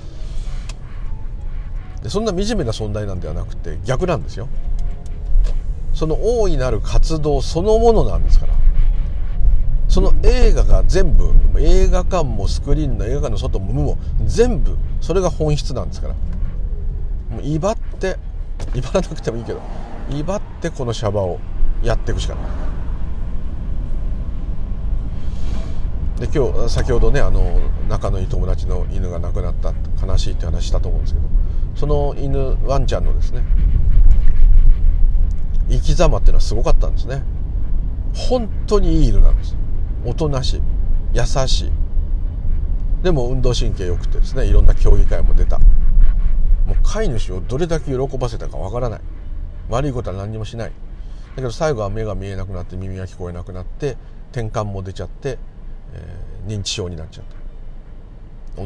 でそんな惨めな存在なんではなくて逆なんですよ。その大いなる活動そのものなんですから。その映画が全部、映画館もスクリーンの映画館の外も無も全部それが本質なんですから、もう威張って威張らなくてもいいけど威張ってこのシャバをやっていくしかない。 で今日先ほどねあの仲のいい友達の犬が亡くなった悲しいって話したと思うんですけど、その犬ワンちゃんのですね生き様っていうのはすごかったんですね。本当にいい犬なんです。おとなしい、優しい、でも運動神経良くてですね、いろんな競技会も出た。もう飼い主をどれだけ喜ばせたかわからない。悪いことは何にもしない。だけど最後は目が見えなくなって耳が聞こえなくなって転換も出ちゃって、えー、認知症になっちゃった。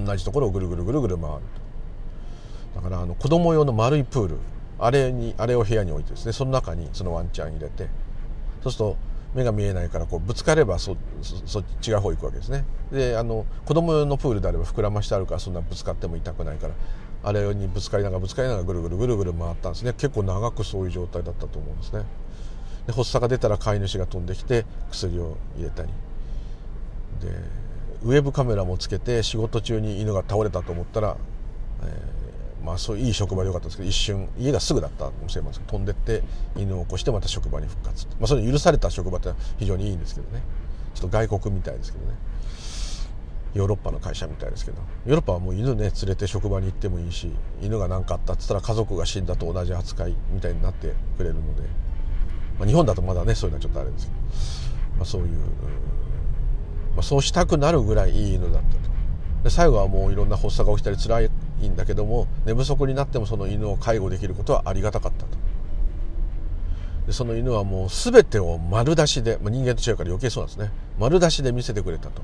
同じところをぐるぐるぐるぐる回ると。だからあの子供用の丸いプール、あれにあれを部屋に置いてですね、その中にそのワンちゃん入れて、そうすると目が見えないからこうぶつかれば そ, そ, そっちが方行くわけですね。であの子供用のプールであれば膨らましてあるからそんなぶつかっても痛くないから、あれにぶつかりながらぶつかりながらぐるぐるぐるぐる回ったんですね。結構長くそういう状態だったと思うんですね。で発作が出たら飼い主が飛んできて薬を入れたりで、ウェブカメラもつけて仕事中に犬が倒れたと思ったら、えー、まあそういい職場でよかったんですけど、一瞬家がすぐだったかもしれません。飛んでって犬を起こしてまた職場に復活。まあそれ許された職場って非常にいいんですけどね。ちょっと外国みたいですけどね、ヨーロッパの会社みたいですけど、ヨーロッパはもう犬ね連れて職場に行ってもいいし、犬が何かあったって言ったら家族が死んだと同じ扱いみたいになってくれるので、まあ、日本だとまだねそういうのはちょっとあれですけど、まあ、そういう、まあ、そうしたくなるぐらいいい犬だったと。で最後はもういろんな発作が起きたり辛いんだけども、寝不足になってもその犬を介護できることはありがたかったと。でその犬はもう全てを丸出しで、まあ、人間と違うから余計そうなんですね、丸出しで見せてくれたと。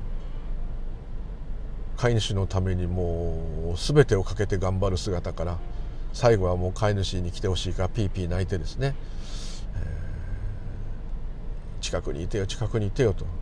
飼い主のためにもう全てをかけて頑張る姿から、最後はもう飼い主に来てほしいからピーピー泣いてですね、えー、近くにいてよ近くにいてよと。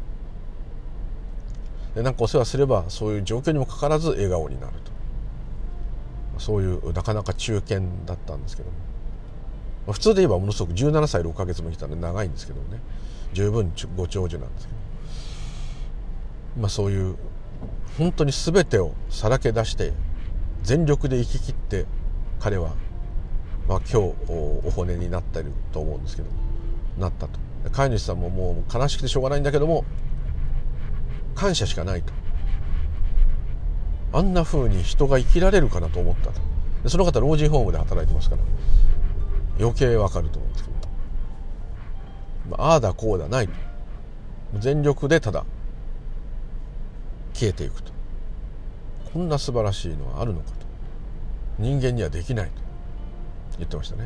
でなんかお世話すればそういう状況にもかかわらず笑顔になると。そういうなかなか中堅だったんですけども、まあ、普通で言えばものすごくじゅうななさいろっかげつも生きたんで長いんですけどね、十分ご長寿なんですけど、まあそういう本当に全てをさらけ出して全力で生き切って彼は、まあ、今日お骨になっていると思うんですけど、なったと。飼い主さんももう悲しくてしょうがないんだけども感謝しかないと。あんな風に人が生きられるかなと思ったと。でその方老人ホームで働いてますから余計わかると思うんですけど、まあ、ああだこうだないと、全力でただ消えていくと。こんな素晴らしいのはあるのかと、人間にはできないと言ってましたね。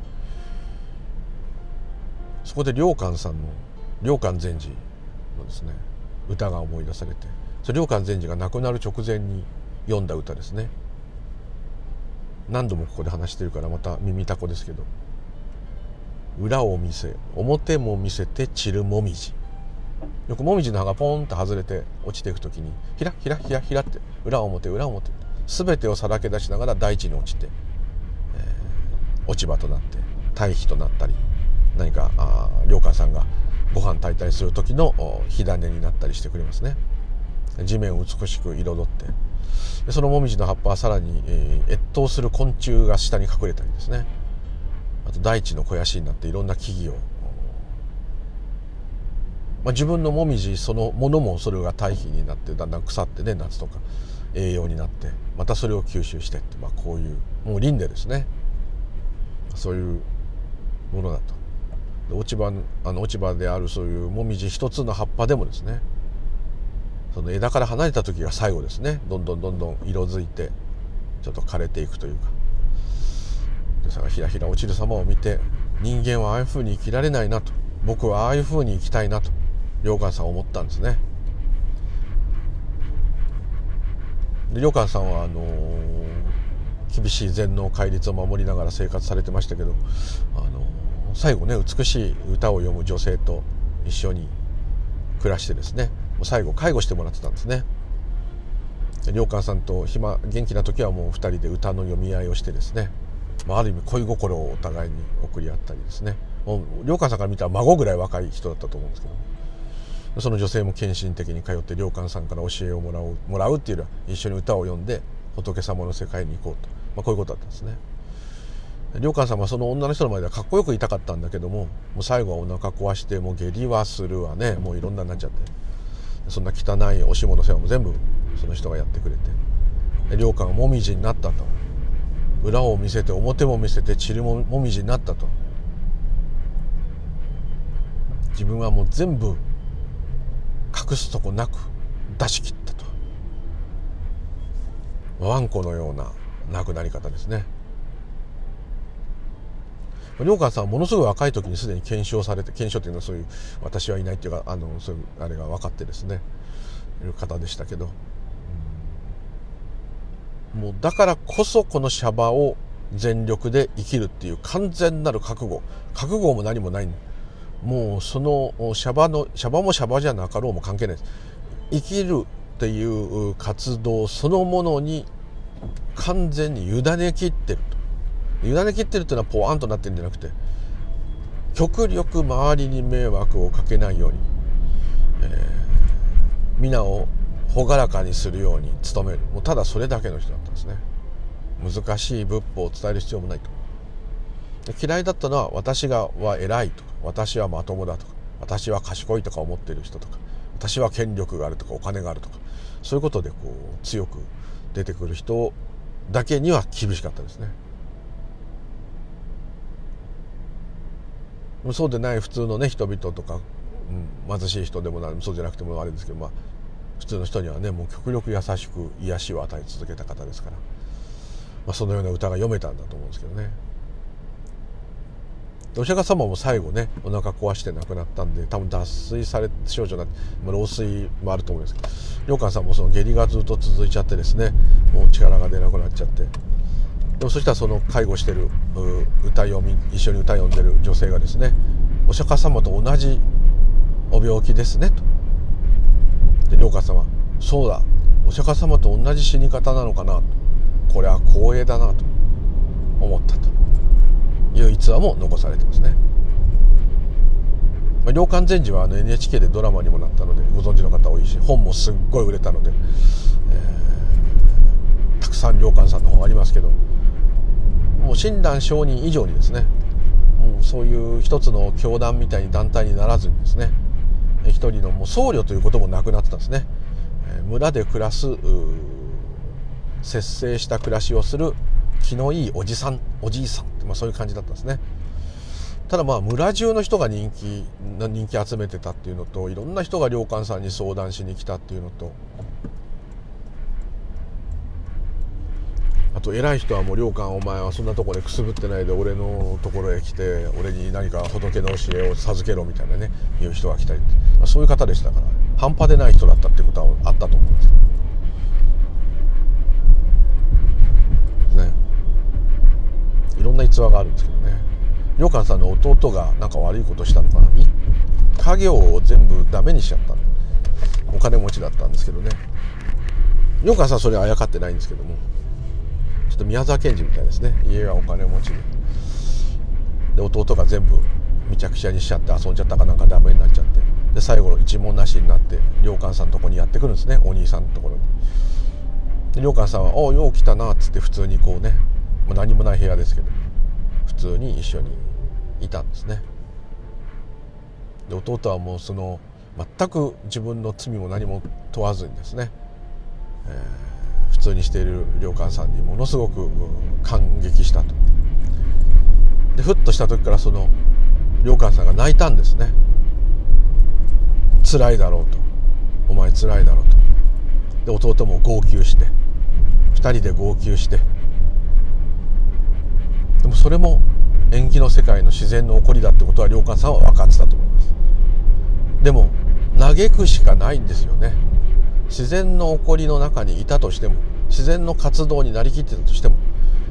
そこで良寛さんの良寛禅師のですね歌が思い出されて、それ良寛禅師が亡くなる直前に読んだ歌ですね。何度もここで話してるからまた耳たこですけど、裏を見せ表も見せて散るもみじ。よくもみじの葉がポンと外れて落ちていくときにひらひらひらひらって裏表裏表全てをさらけ出しながら大地に落ちて、えー、落ち葉となって堆肥となったり、何か良寛さんがご飯炊いたりする時の火種になったりしてくれますね。地面を美しく彩って、でそのもみじの葉っぱはさらに、えー、越冬する昆虫が下に隠れたりですね、あと大地の肥やしになっていろんな木々を、まあ、自分のもみじそのものもそれが堆肥になってだんだん腐ってね、夏とか栄養になってまたそれを吸収してって、まあ、こういうもう林でですね、そういうものだと。落ち葉あの落ち葉であるそういうもみじ一つの葉っぱでもですね、その枝から離れた時が最後ですね、どんどんどんどん色づいてちょっと枯れていくというか、でそのひらひら落ちる様を見て、人間はああいうふうに生きられないなと、僕はああいうふうに生きたいなと良寛さんは思ったんですね。で良寛さんはあのー、厳しい禅の戒律を守りながら生活されてましたけど、あのー、最後ね美しい歌を読む女性と一緒に暮らしてですね、最後介護してもらってたんですね。良寛さんと暇元気な時はもうふたりで歌の読み合いをしてですね、ある意味恋心をお互いに送り合ったりですね、もう良寛さんから見たら孫ぐらい若い人だったと思うんですけど、その女性も献身的に通って良寛さんから教えをもらうもらうっていうよりは一緒に歌を読んで仏様の世界に行こうと、まあ、こういうことだったんですね。良寛さんはその女の人の前ではかっこよく言いたかったんだけども、もう最後はお腹壊してもう下痢はするわね、もういろんなになっちゃって、 そんな汚いお下の世話も全部その人がやってくれて、良寛がもみじになったと、裏を見せて表も見せて散るもみじになったと、自分はもう全部隠すとこなく出し切ったと、ワンコのような亡くなり方ですね。良寛さんはものすごい若い時にすでに検証されて、検証というのはそういう私はいないっていうか、あのそういうあれが分かってですねいる方でしたけど、もうだからこそこのシャバを全力で生きるっていう完全なる覚悟、覚悟も何もない、もうそのシャバのシャバもシャバじゃなかろうも関係ないです。生きるっていう活動そのものに完全に委ねきってると。委ねきってるっていうのはポワンとなってるんじゃなくて、極力周りに迷惑をかけないように、えー、皆を朗らかにするように努める、もうただそれだけの人だったんですね。難しい仏法を伝える必要もないと。で嫌いだったのは私がは偉いとか、私はまともだとか、私は賢いとか思っている人とか、私は権力があるとかお金があるとか、そういうことでこう強く出てくる人だけには厳しかったですね。そうでない普通のね人々とか、うん、貧しい人でもない、そうじゃなくてもあれですけど、まあ普通の人にはねもう極力優しく癒しを与え続けた方ですから、まあ、そのような歌が読めたんだと思うんですけどね。お釈迦様も最後ねお腹壊して亡くなったんで、多分脱水され症状になって、まあ、老衰もあると思うんですけど、良寛さんもその下痢がずっと続いちゃってですね、もう力が出なくなっちゃって、でもそしたらその介護してる歌読み一緒に歌読んでる女性がですね、お釈迦様と同じお病気ですねと。で良寛さんはそうだ、お釈迦様と同じ死に方なのかなと、これは光栄だなと思ったという逸話も残されてますね。まあ、良寛禅師はあの エヌエイチケー でドラマにもなったのでご存知の方多いし、本もすっごい売れたので、えー、たくさん良寛さんの本ありますけど、もう親鸞上人以上にですね、もうそういう一つの教団みたいに団体にならずにですね、一人のもう僧侶ということもなくなってたんですね。村で暮らす節制した暮らしをする気のいいおじさんおじいさんって、まあ、そういう感じだったんですね。ただまあ村中の人が人気人気集めてたっていうのと、いろんな人が良寛さんに相談しに来たっていうのと、あと偉い人はもう良寛お前はそんなところでくすぶってないで俺のところへ来て俺に何か仏の教えを授けろみたいなねいう人が来たり、まあ、そういう方でしたから半端でない人だったってことはあったと思うんですけどね。いろんな逸話があるんですけどね。良寛さんの弟がなんか悪いことしたのかな、家業を全部ダメにしちゃった、お金持ちだったんですけどね。良寛さんそれあやかってないんですけども、ちょっと宮沢賢治みたいですね。家がお金持ちで、で弟が全部めちゃくちゃにしちゃって遊んじゃったかなんかダメになっちゃって、で最後一文なしになって良寛さんのとこにやってくるんですね、お兄さんのところに。で良寛さんは「おうよう来たな」っつって普通にこうね、まあ、何もない部屋ですけど普通に一緒にいたんですね。で弟はもうその全く自分の罪も何も問わずにですね、えー、普通にしている良寛さんにものすごく感激したと。でふっとした時からその良寛さんが泣いたんですね。辛いだろうと、お前辛いだろうと。で弟も号泣して、二人で号泣して、でもそれも縁起の世界の自然の起こりだってことは良寛さんは分かってたと思います。でも嘆くしかないんですよね。自然の起こりの中にいたとしても、自然の活動になりきってたとしても、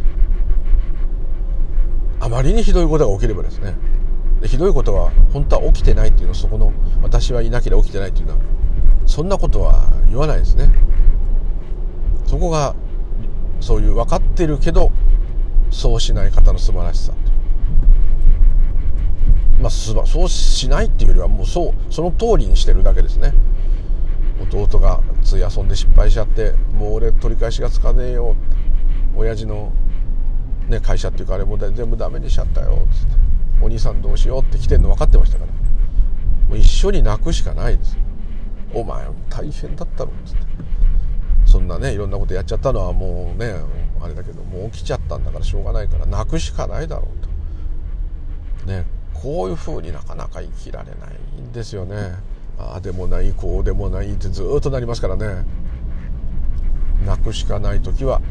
あまりにひどいことが起きればですね、でひどいことは本当は起きてないっていうのを、そこの私はいなければ起きてないっていうのはそんなことは言わないですね。そこがそういう分かってるけどそうしない方の素晴らしさ。まあそうしないっていうよりはもうそうその通りにしてるだけですね。弟がつい遊んで失敗しちゃって、もう俺取り返しがつかねえよ、親父の、ね、会社っていうかあれも全部ダメにしちゃったよつって、お兄さんどうしようって来てんの分かってましたから、もう一緒に泣くしかないです。 お前大変だったろっつって、そんなねいろんなことやっちゃったのはもうねあれだけど、もう起きちゃったんだからしょうがないから泣くしかないだろうとね、こういう風になかなか生きられないんですよね。ああでもないこうでもないってずっとなりますからね。泣くしかない時は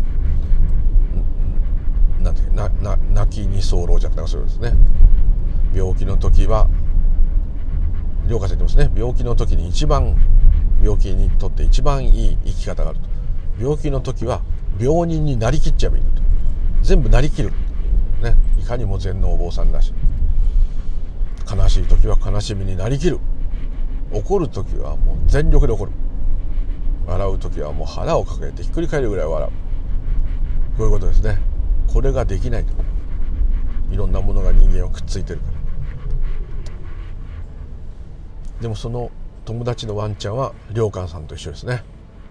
なんていうなな泣きに候じゃなくてそうですね。病気の時は良家さん言ってますね。病気の時に一番病気にとって一番いい生き方があると。病気の時は病人になりきっちゃえばいいんだと。全部なりきる、ね、いかにも禅のお坊さんらしい。悲しい時は悲しみになりきる。怒る時はもう全力で怒る。笑う時はもう腹を抱えてひっくり返るぐらい笑う。こういうことですね。これができないと、いろんなものが人間はくっついてるから。でもその友達のワンちゃんは良寛さんと一緒ですね。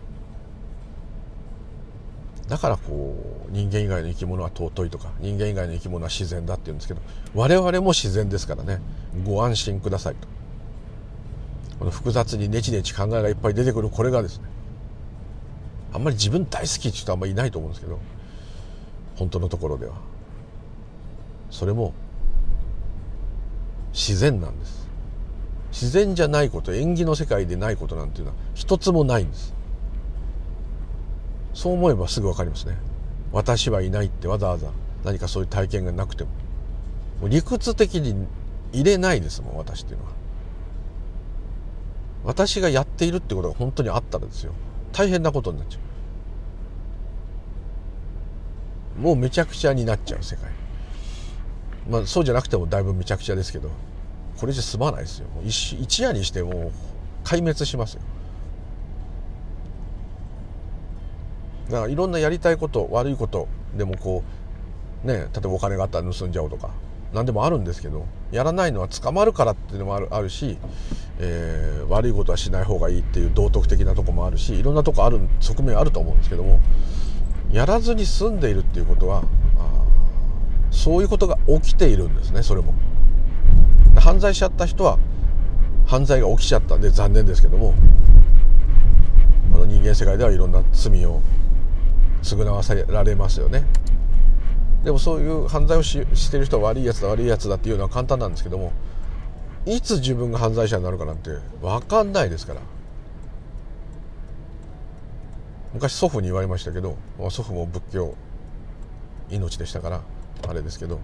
だからこう人間以外の生き物は尊いとか、人間以外の生き物は自然だって言うんですけど、我々も自然ですからね、ご安心くださいと。この複雑にネチネチ考えがいっぱい出てくるこれがですね、あんまり自分大好きって人はあんまりいないと思うんですけど、本当のところではそれも自然なんです。自然じゃないこと、縁起の世界でないことなんていうのは一つもないんです。そう思えばすぐ分かりますね。私はいないってわざわざ何かそういう体験がなくても、もう理屈的に入れないですもん、私っていうのは。私がやっているってことが本当にあったらですよ、大変なことになっちゃう。もうめちゃくちゃになっちゃう世界。まあそうじゃなくてもだいぶめちゃくちゃですけど、これじゃ済まないですよ。もう 一, 一夜にしてもう壊滅しますよ。だからいろんなやりたいこと、悪いことでもこうね、例えばお金があったら盗んじゃおうとか何でもあるんですけど、やらないのは捕まるからっていうのもあ る, あるし、えー、悪いことはしない方がいいっていう道徳的なところもあるし、いろんなとこある側面あると思うんですけども、やらずに済んでいるっていうことは、そういうことが起きているんですね。それも犯罪しちゃった人は犯罪が起きちゃったんで残念ですけども、あの人間世界ではいろんな罪を償わせられますよね。でもそういう犯罪を し, してる人は悪いやつだ悪いやつだっていうのは簡単なんですけども、いつ自分が犯罪者になるかなんて分かんないですから。昔祖父に言われましたけど、祖父も仏教命でしたからあれですけど、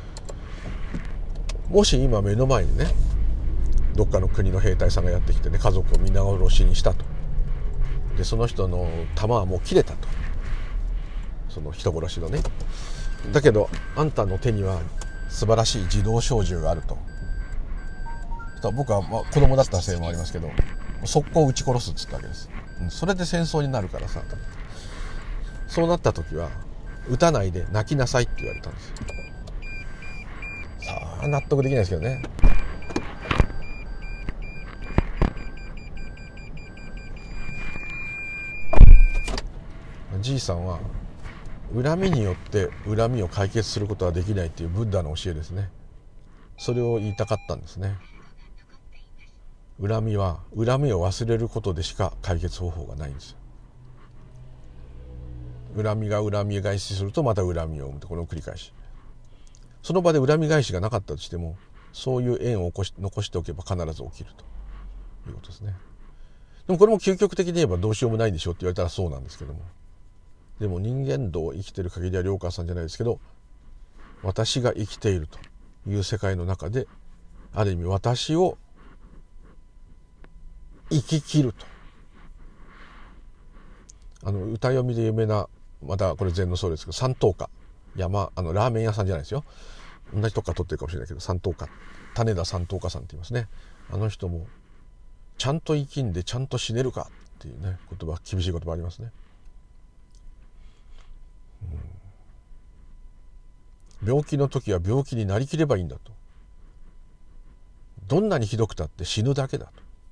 もし今目の前にねどっかの国の兵隊さんがやってきてね、家族を皆殺しにしたと。でその人の弾はもう切れたと、その人殺しのね。だけどあんたの手には素晴らしい自動小銃があると。僕はまあ子供だったせいもありますけど、速攻撃ち殺すっつったわけです。それで戦争になるからさ、そうなった時は撃たないで泣きなさいって言われたんです。さあ納得できないですけどね。じいさんは恨みによって恨みを解決することはできないっていうブッダの教えですね。それを言いたかったんですね。恨みは恨みを忘れることでしか解決方法がないんですよ。恨みが恨み返しするとまた恨みを生むと、この繰り返し。その場で恨み返しがなかったとしても、そういう縁を起こし残しておけば必ず起きるということですね。でもこれも究極的に言えばどうしようもないでしょって言われたらそうなんですけども、でも人間道を生きてる限りは良寛さんじゃないですけど、私が生きているという世界の中である意味私を生き切ると。あの歌読みで有名な、またこれ禅の僧ですけど、三等家山、あのラーメン屋さんじゃないですよ、同じとこから取ってるかもしれないけど、三等家、種田三等家さんって言いますね。あの人もちゃんと生きんでちゃんと死ねるかっていうね言葉、厳しい言葉ありますね。うん、病気の時は病気になりきればいいんだと。どんなにひどくたって死ぬだけだと。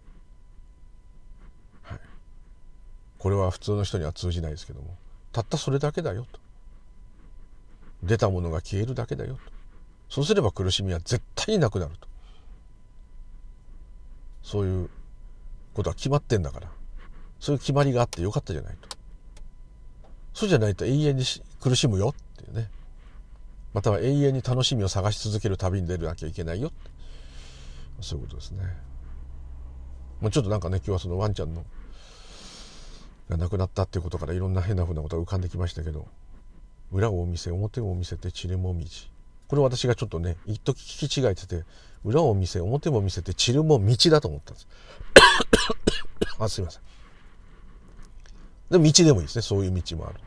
はい、これは普通の人には通じないですけども、たったそれだけだよと。出たものが消えるだけだよと。そうすれば苦しみは絶対になくなると。そういうことは決まってんだから、そういう決まりがあってよかったじゃないと。そうじゃないと永遠に苦しむよっていうね、または永遠に楽しみを探し続ける旅に出るなきゃいけないよって、そういうことですね。もうちょっとなんかね、今日はそのワンちゃんのが亡くなったっていうことからいろんな変なふうなことが浮かんできましたけど、裏を見せ表を見せて散るもみじ、これ私がちょっとね一時聞き違えてて、裏を見せ表も見せて散るも道だと思ったんですあ、すいません。でも道でもいいですね、そういう道もある。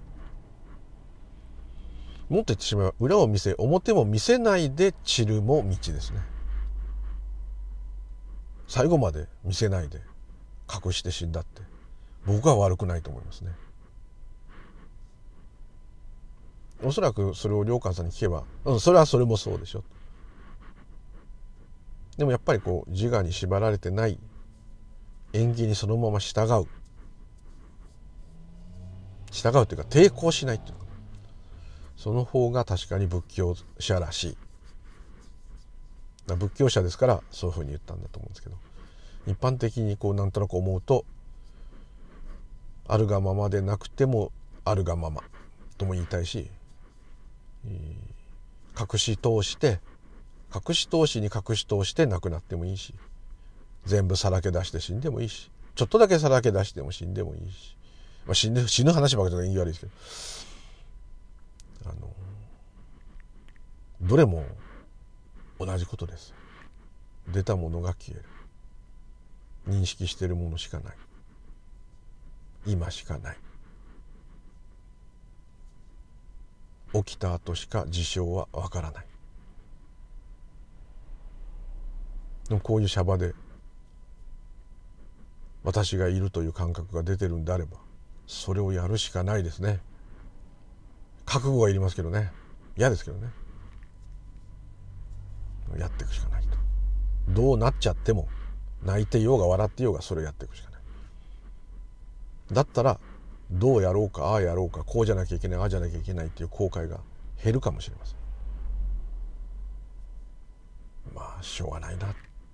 もっと言ってしまえば、裏を見せ表も見せないで散るも道ですね。最後まで見せないで隠して死んだって僕は悪くないと思いますね。おそらくそれを良寛さんに聞けば、うん、それはそれもそうでしょ。でもやっぱりこう自我に縛られてない縁起にそのまま従う従うというか抵抗しないっていうのかな、その方が確かに仏教者らしい。仏教者ですからそういうふうに言ったんだと思うんですけど、一般的にこうなんとなく思うと、あるがままでなくてもあるがままとも言いたいし、隠し通して隠し通しに隠し通して亡くなってもいいし、全部さらけ出して死んでもいいし、ちょっとだけさらけ出しても死んでもいいし、まあ、死ぬ死ぬ話ばかりとか言い悪いですけど、あのどれも同じことです。出たものが消える。認識しているものしかない。今しかない。起きた後しか事象はわからない。でもこういうシャバで私がいるという感覚が出てるんであれば、それをやるしかないですね。覚悟はいりますけどね、嫌ですけどね、やっていくしかないと。どうなっちゃっても、泣いていようが笑っていようがそれをやっていくしかない。だったらどうやろうか、ああやろうか、こうじゃなきゃいけない、ああじゃなきゃいけないっていう後悔が減るかもしれません。まあしょうがないな、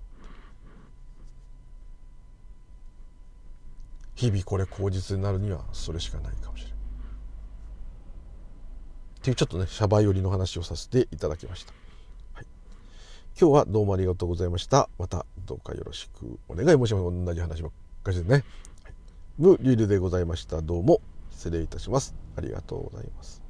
日々これ口実になるにはそれしかないかもしれないっていう、ちょっとねシャバ寄りの話をさせていただきました。はい、今日はどうもありがとうございました。またどうかよろしくお願い申します。同じ話ばっかりですね。はい、無リルでございました。どうも失礼いたします。ありがとうございます。